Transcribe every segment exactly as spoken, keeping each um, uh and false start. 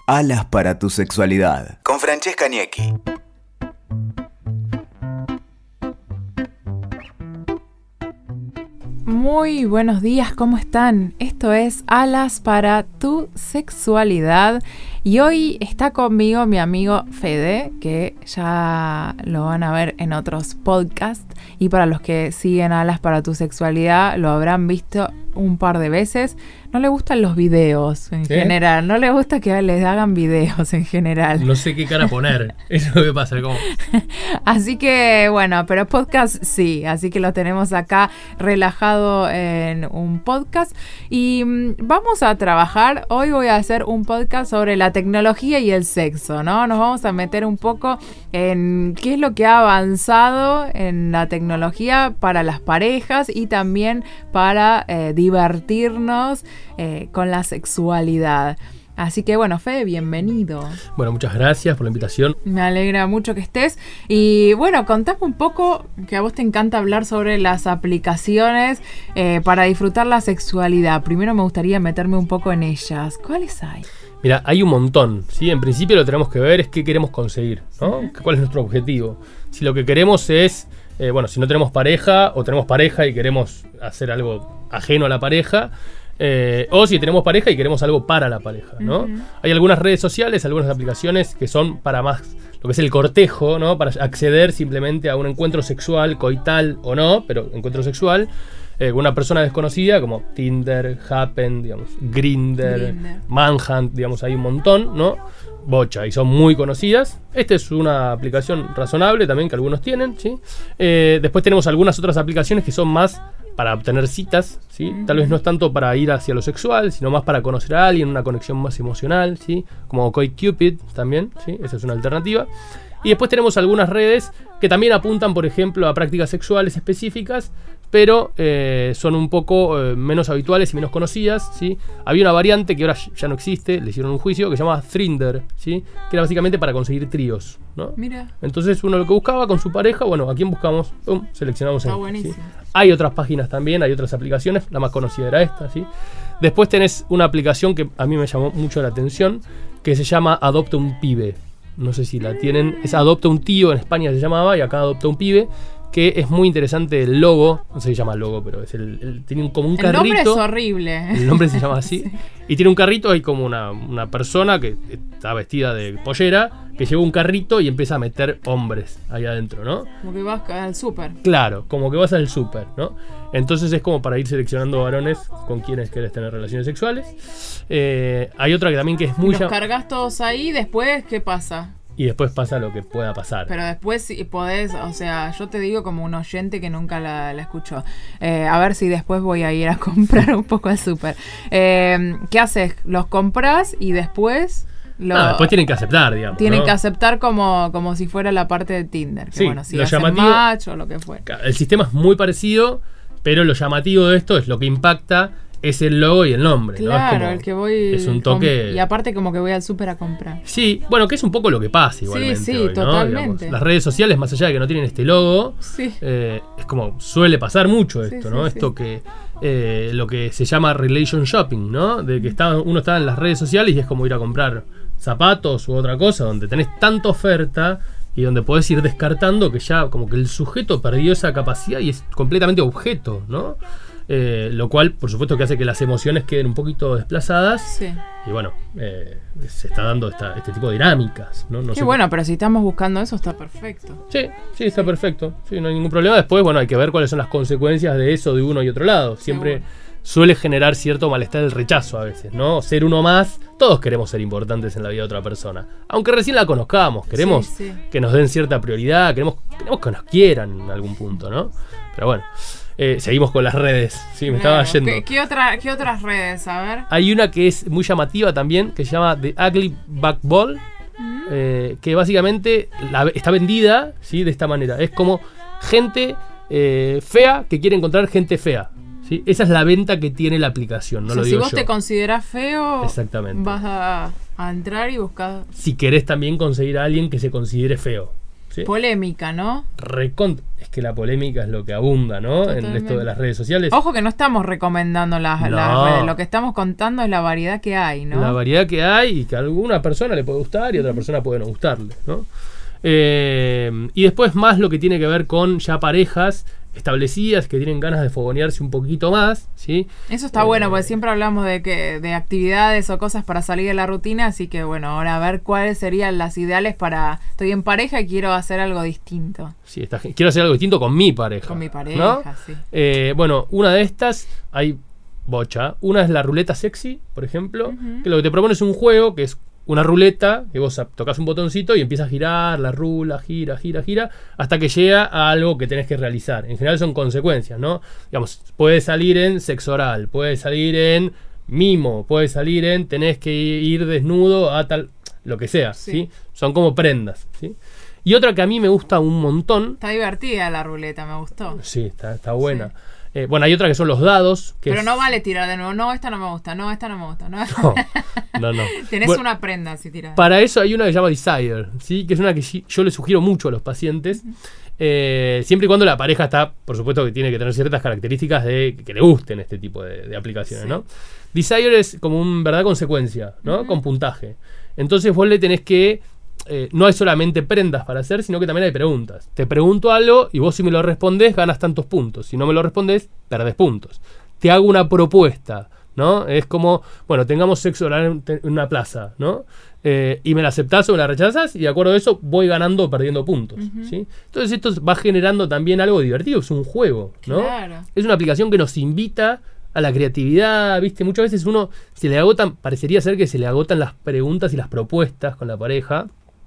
Alas para tu sexualidad, con Francesca Niecki. Muy buenos días, ¿cómo están? Esto es Alas para tu sexualidad y hoy está conmigo mi amigo Fede, que ya lo van a ver en otros podcasts, y para los que siguen Alas para tu sexualidad lo habrán visto un par de veces. No le gustan los videos en ¿Sí? general, no le gusta que les hagan videos en general. No sé qué cara poner, eso es lo que pasa. ¿Cómo? Así que bueno, pero podcast sí, así que lo tenemos acá relajado en un podcast. Y mmm, vamos a trabajar, hoy voy a hacer un podcast sobre la tecnología y el sexo, ¿no? Nos vamos a meter un poco en qué es lo que ha avanzado en la tecnología para las parejas y también para eh, divertirnos Eh, con la sexualidad. Así que bueno, Fede, bienvenido. Bueno, muchas gracias por la invitación. Me alegra mucho que estés. Y bueno, contame un poco, que a vos te encanta hablar sobre las aplicaciones eh, para disfrutar la sexualidad. Primero me gustaría meterme un poco en ellas. ¿Cuáles hay? Mira, hay un montón, ¿sí? En principio lo que tenemos que ver es qué queremos conseguir, ¿no? Uh-huh. ¿Cuál es nuestro objetivo? Si lo que queremos es, eh, bueno, si no tenemos pareja o tenemos pareja y queremos hacer algo ajeno a la pareja, Eh, o si tenemos pareja y queremos algo para la pareja, ¿no? Uh-huh. Hay algunas redes sociales, algunas aplicaciones que son para más lo que es el cortejo, ¿no? Para acceder simplemente a un encuentro sexual, coital o no, pero encuentro sexual, eh, con una persona desconocida, como Tinder, Happen, digamos, Grindr, Manhunt, digamos, hay un montón, ¿no? Bocha, y son muy conocidas. Esta es una aplicación razonable también que algunos tienen, ¿sí? Eh, después tenemos algunas otras aplicaciones que son más para obtener citas, ¿sí? Uh-huh. Tal vez no es tanto para ir hacia lo sexual, sino más para conocer a alguien, una conexión más emocional, ¿sí? Como OkCupid también, ¿sí? Esa es una alternativa. Y después tenemos algunas redes que también apuntan, por ejemplo, a prácticas sexuales específicas, pero eh, son un poco eh, menos habituales y menos conocidas, ¿sí? Había una variante que ahora ya no existe, le hicieron un juicio, que se llama Thrinder, ¿sí? Que era básicamente para conseguir tríos, ¿no? Mira. Entonces uno lo que buscaba con su pareja, bueno, ¿a quién buscamos? Pum, seleccionamos Está ahí, buenísimo. ¿sí? Hay otras páginas también, hay otras aplicaciones, la más conocida era esta, ¿sí? Después tenés una aplicación que a mí me llamó mucho la atención, que se llama Adopta un Pibe. No sé si la tienen. Es Adopta un Tío, en España se llamaba, y acá Adopta un Pibe, que es muy interesante el logo. No sé si se llama logo, pero es el, el tiene un, como un el carrito. El nombre es horrible. El nombre se llama así. Sí. Y tiene un carrito, hay como una, una persona que está vestida de pollera, que lleva un carrito y empieza a meter hombres ahí adentro, ¿no? Como que vas al súper. Claro, como que vas al súper, ¿no? Entonces es como para ir seleccionando varones con quienes querés tener relaciones sexuales. Eh, hay otra que también que es muy... Los cargas todos ahí, después, ¿qué pasa? Y después pasa lo que pueda pasar. Pero después si podés, o sea, yo te digo como un oyente que nunca la, la escuchó. Eh, a ver si después voy a ir a comprar un poco al súper. Eh, ¿Qué haces? Los compras y después... Lo, ah, después tienen que aceptar, digamos. Tienen ¿no? que aceptar como, como si fuera la parte de Tinder. Que sí, bueno, si lo hacen llamativo, match o lo que fuera. El sistema es muy parecido, pero lo llamativo de esto es lo que impacta es el logo y el nombre. Claro, ¿no? Es como, el que voy... Es un toque... Y aparte como que voy al súper a comprar. Sí, bueno, que es un poco lo que pasa igualmente. Sí, sí, hoy, ¿no? totalmente. Digamos, las redes sociales, más allá de que no tienen este logo, sí. eh, es como suele pasar mucho esto, sí, ¿no? Sí, esto sí. que... Eh, lo que se llama relation shopping, ¿no? De que está, uno está en las redes sociales y es como ir a comprar zapatos u otra cosa, donde tenés tanta oferta y donde podés ir descartando que ya como que el sujeto perdió esa capacidad y es completamente objeto, ¿no? Eh, lo cual, por supuesto, que hace que las emociones queden un poquito desplazadas. Sí. Y bueno, eh, se está dando esta, este tipo de dinámicas, ¿no? no Qué sé bueno, qué. Pero si estamos buscando eso, está perfecto. Sí, sí, está perfecto. Sí, no hay ningún problema. Después, bueno, hay que ver cuáles son las consecuencias de eso de uno y otro lado. Siempre bueno. suele generar cierto malestar el rechazo a veces, ¿no? Ser uno más, todos queremos ser importantes en la vida de otra persona. Aunque recién la conozcamos, queremos sí, sí. que nos den cierta prioridad, queremos, queremos que nos quieran en algún punto, ¿no? Pero bueno. Eh, seguimos con las redes. Sí, me claro. estaba yendo. ¿Qué, qué, otra, ¿Qué otras redes? A ver. Hay una que es muy llamativa también, que se llama The Ugly Backball, uh-huh. eh, que básicamente la, está vendida, ¿sí? De esta manera. Es como gente eh, fea que quiere encontrar gente fea. ¿Sí? Esa es la venta que tiene la aplicación, no o sea, lo digo yo. Si vos te considerás feo, exactamente, vas a, a entrar y buscar. Si querés también conseguir a alguien que se considere feo. ¿sí? Polémica, ¿no? Recont es que la polémica es lo que abunda, ¿no? Totalmente. En esto de las redes sociales. Ojo que no estamos recomendando las, No. las redes, lo que estamos contando es la variedad que hay, ¿no? La variedad que hay y que a alguna persona le puede gustar y a otra persona puede no gustarle, ¿no? Eh, y después más lo que tiene que ver con ya parejas establecidas que tienen ganas de fogonearse un poquito más, ¿sí? Eso está Eh, bueno, porque siempre hablamos de que de actividades o cosas para salir de la rutina, así que bueno, ahora a ver cuáles serían las ideales para... Estoy en pareja y quiero hacer algo distinto. Sí, está, quiero hacer algo distinto con mi pareja. Con mi pareja, ¿no? sí. Eh, bueno, una de estas hay bocha. Una es la ruleta sexy, por ejemplo, Ujú. que lo que te propone es un juego que es una ruleta, que vos tocas un botoncito y empieza a girar, la rula, gira, gira, gira, hasta que llega a algo que tenés que realizar. En general son consecuencias, ¿no? Digamos, puede salir en sexo oral, puede salir en mimo, puede salir en tenés que ir desnudo a tal, lo que sea, ¿sí? Sí. Son como prendas, ¿sí? Y otra que a mí me gusta un montón, Está divertida la ruleta, me gustó. sí, está, está buena. Eh, bueno, hay otra que son los dados. Que Pero es- no vale tirar de nuevo. No, esta no me gusta. No, esta no me gusta. No. No, no, no. Tenés Bueno, una prenda si tirás. para eso hay una que se llama Desire, ¿sí? Que es una que sí- yo le sugiero mucho a los pacientes. Eh, siempre y cuando la pareja está, por supuesto que tiene que tener ciertas características de que le gusten este tipo de, de aplicaciones, Sí. ¿no? Desire es como un verdad consecuencia, ¿no? Ujú. Con puntaje. Entonces vos le tenés que... eh, no hay solamente prendas para hacer, sino que también hay preguntas. Te pregunto algo y vos si me lo respondés ganas tantos puntos. Si no me lo respondés, perdés puntos. Te hago una propuesta, ¿no? Es como, bueno, tengamos sexo oral en en una plaza, ¿no? Eh, y me la aceptás o me la rechazás y de acuerdo a eso voy ganando o perdiendo puntos, Ujú. ¿sí? Entonces esto va generando también algo divertido, es un juego, ¿no? Claro. Es una aplicación que nos invita a la creatividad, ¿viste? Muchas veces uno se le agotan, parecería ser que se le agotan las preguntas y las propuestas con la pareja.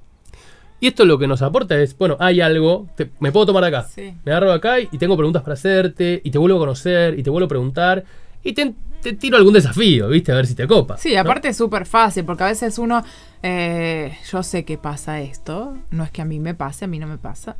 Y esto lo que nos aporta es, bueno, hay algo, te- me puedo tomar acá, Sí. me agarro acá y, y tengo preguntas para hacerte, y te vuelvo a conocer, y te vuelvo a preguntar, y te, te tiro algún desafío, ¿viste? A ver si te copa. Sí, ¿no? aparte es súper fácil, porque a veces uno, eh, yo sé que pasa esto, no es que a mí me pase, a mí no me pasa,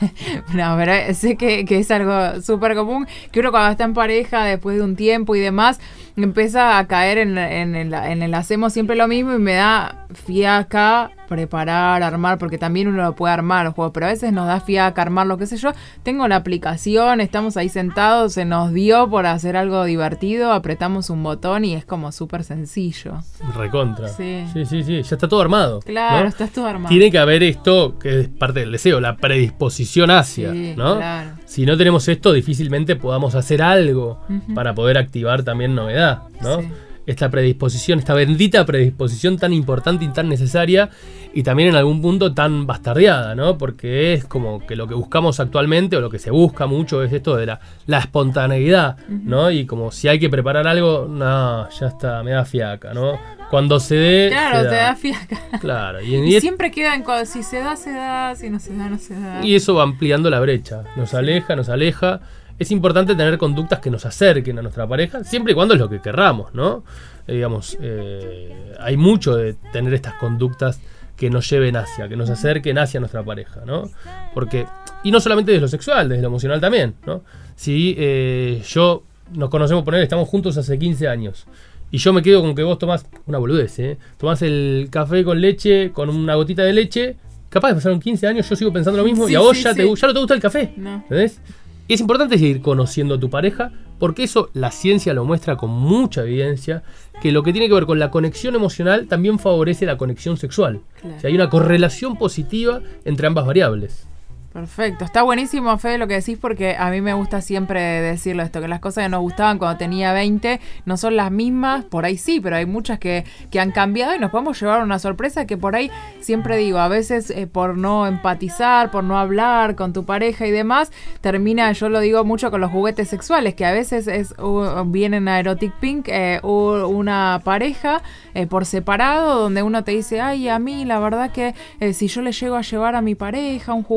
no, pero sé que, que es algo súper común, que uno cuando está en pareja, después de un tiempo y demás, empieza a caer en, en, el, en el hacemos siempre lo mismo y me da fiaca preparar, armar, porque también uno lo puede armar los juegos, pero a veces nos da fiaca armar lo que sé yo. Tengo la aplicación, estamos ahí sentados, se nos dio por hacer algo divertido, apretamos un botón y es como súper sencillo. Recontra. Sí. sí, sí, sí, ya está todo armado. Claro, ¿no? estás todo armado. Tiene que haber esto, que es parte del deseo, la predisposición hacia, Sí, ¿no? claro. Si no tenemos esto, difícilmente podamos hacer algo Ujú. para poder activar también novedad, ¿no? Sí. Esta predisposición, esta bendita predisposición tan importante y tan necesaria y también en algún punto tan bastardeada, ¿no? Porque es como que lo que buscamos actualmente o lo que se busca mucho es esto de la, la espontaneidad, ¿no? Y como si hay que preparar algo, no, ya está, me da fiaca, ¿no? Cuando se dé... Claro, se te da. da fiaca. Claro, y, Y y- siempre queda en co- si se da, se da, si no se da, no se da. y eso va ampliando la brecha, nos aleja, nos aleja. Es importante tener conductas que nos acerquen a nuestra pareja, siempre y cuando es lo que querramos, ¿no? Eh, digamos, eh, hay mucho de tener estas conductas que nos lleven hacia, que nos acerquen hacia nuestra pareja, ¿no? Porque, y no solamente desde lo sexual, desde lo emocional también, ¿no? Si eh, yo nos conocemos, poner, estamos juntos hace quince años, y yo me quedo con que vos tomás una boludez, ¿eh? Tomás el café con leche, con una gotita de leche, capaz de pasaron quince años, yo sigo pensando lo mismo, Sí, y a vos sí, ya, sí. te, ya no te gusta el café, No. ¿entendés? Y es importante seguir conociendo a tu pareja, porque eso la ciencia lo muestra con mucha evidencia, que lo que tiene que ver con la conexión emocional también favorece la conexión sexual. Claro. O sea, hay una correlación positiva entre ambas variables. Perfecto, está buenísimo, Fede, lo que decís, porque a mí me gusta siempre decirlo esto, que las cosas que nos gustaban cuando tenía veinte no son las mismas, por ahí sí, pero hay muchas que, que han cambiado y nos podemos llevar una sorpresa que por ahí, siempre digo, a veces eh, por no empatizar, por no hablar con tu pareja y demás, termina, yo lo digo mucho con los juguetes sexuales, que a veces es uh, vienen a Erotic Pink eh, u- una pareja eh, por separado, donde uno te dice, ay, a mí la verdad que eh, si yo le llego a llevar a mi pareja un juguete,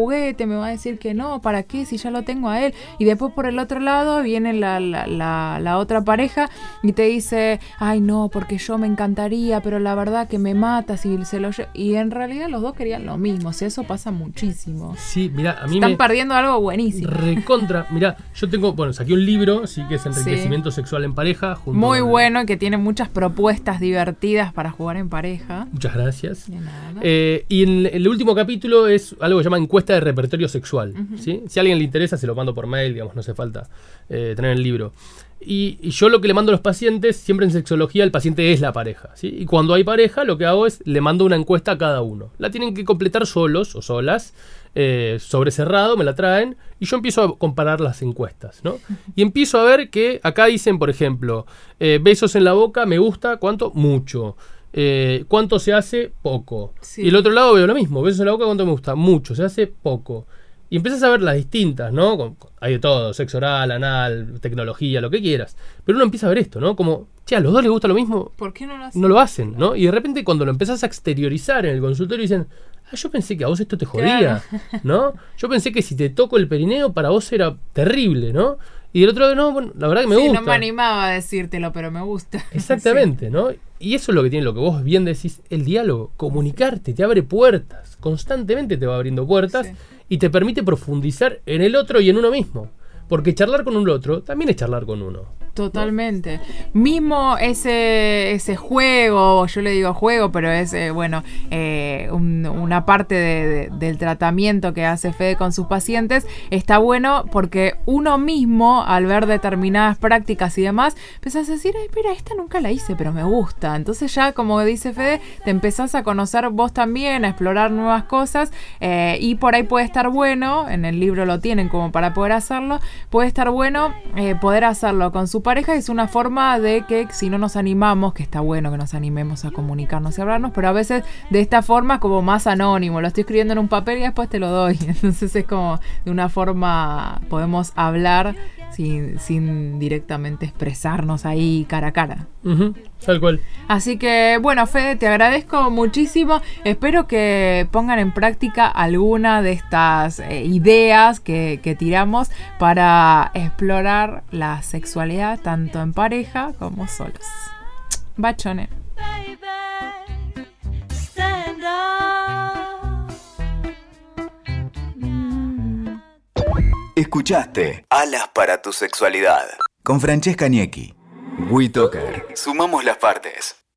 me va a decir que no, ¿para qué? Si ya lo tengo a él. Y después por el otro lado viene la, la, la, la otra pareja y te dice, ay no, porque yo me encantaría, pero la verdad que me mata si se lo lle-". Y en realidad los dos querían lo mismo, o sea, eso pasa muchísimo. Sí, mira, a mí Están me... perdiendo algo buenísimo. Recontra, mira, yo tengo, bueno, saqué un libro, sí, que es Enriquecimiento sí. Sexual en Pareja. Junto Muy con... bueno, y que tiene muchas propuestas divertidas para jugar en pareja. Muchas gracias. De nada. Eh, y en el último capítulo es algo que se llama encuesta de repertorio sexual. Uh-huh. ¿Sí? Si a alguien le interesa, se lo mando por mail, digamos, no hace falta eh, tener el libro. Y, y yo lo que le mando a los pacientes, siempre en sexología, el paciente es la pareja, ¿sí? Y cuando hay pareja, lo que hago es, le mando una encuesta a cada uno. La tienen que completar solos o solas, eh, sobre cerrado, me la traen, y yo empiezo a comparar las encuestas, ¿no? Y empiezo a ver que acá dicen, por ejemplo, eh, besos en la boca, me gusta, ¿cuánto? Mucho. Eh, ¿Cuánto se hace? Poco. Sí. Y el otro lado veo lo mismo, besos en la boca, ¿cuánto me gusta? Mucho, se hace poco. Y empiezas a ver las distintas, ¿no? Con, con, hay de todo, sexo oral, anal, tecnología, lo que quieras. Pero uno empieza a ver esto, ¿no? Como, che, a los dos les gusta lo mismo. ¿Por qué no lo hacen? No lo hacen, ¿no? Y de repente cuando lo empezás a exteriorizar en el consultorio dicen, ah, yo pensé que a vos esto te jodía, claro. ¿No? Yo pensé que si te toco el perineo para vos era terrible, ¿no? Y del otro lado, no, bueno, la verdad que me sí, gusta. No me animaba a decírtelo, pero me gusta. Exactamente, sí. ¿no? Y eso es lo que tiene, lo que vos bien decís, el diálogo, comunicarte, te abre puertas, constantemente te va abriendo puertas sí. Y te permite profundizar en el otro y en uno mismo. Porque charlar con un otro también es charlar con uno. Totalmente. ¿No? Mismo ese, ese juego, yo le digo juego, pero es, eh, bueno, eh, un, una parte de, de, del tratamiento que hace Fede con sus pacientes, está bueno porque uno mismo, al ver determinadas prácticas y demás, empezás a decir, ay, mira, esta nunca la hice, pero me gusta. Entonces ya, como dice Fede, te empezás a conocer vos también, a explorar nuevas cosas, eh, y por ahí puede estar bueno, en el libro lo tienen como para poder hacerlo, puede estar bueno eh, poder hacerlo con su pareja. Es una forma de que si no nos animamos, que está bueno que nos animemos a comunicarnos y hablarnos, pero a veces de esta forma es como más anónimo, lo estoy escribiendo en un papel y después te lo doy, entonces es como de una forma podemos hablar sin, sin directamente expresarnos ahí cara a cara. Uh-huh, tal cual. Así que bueno, Fede, te agradezco muchísimo, espero que pongan en práctica alguna de estas eh, ideas que, que tiramos para explorar la sexualidad tanto en pareja como solos. Bachones. Escuchaste Alas para tu sexualidad con Francesca Niecki. WeToker. Sumamos las partes.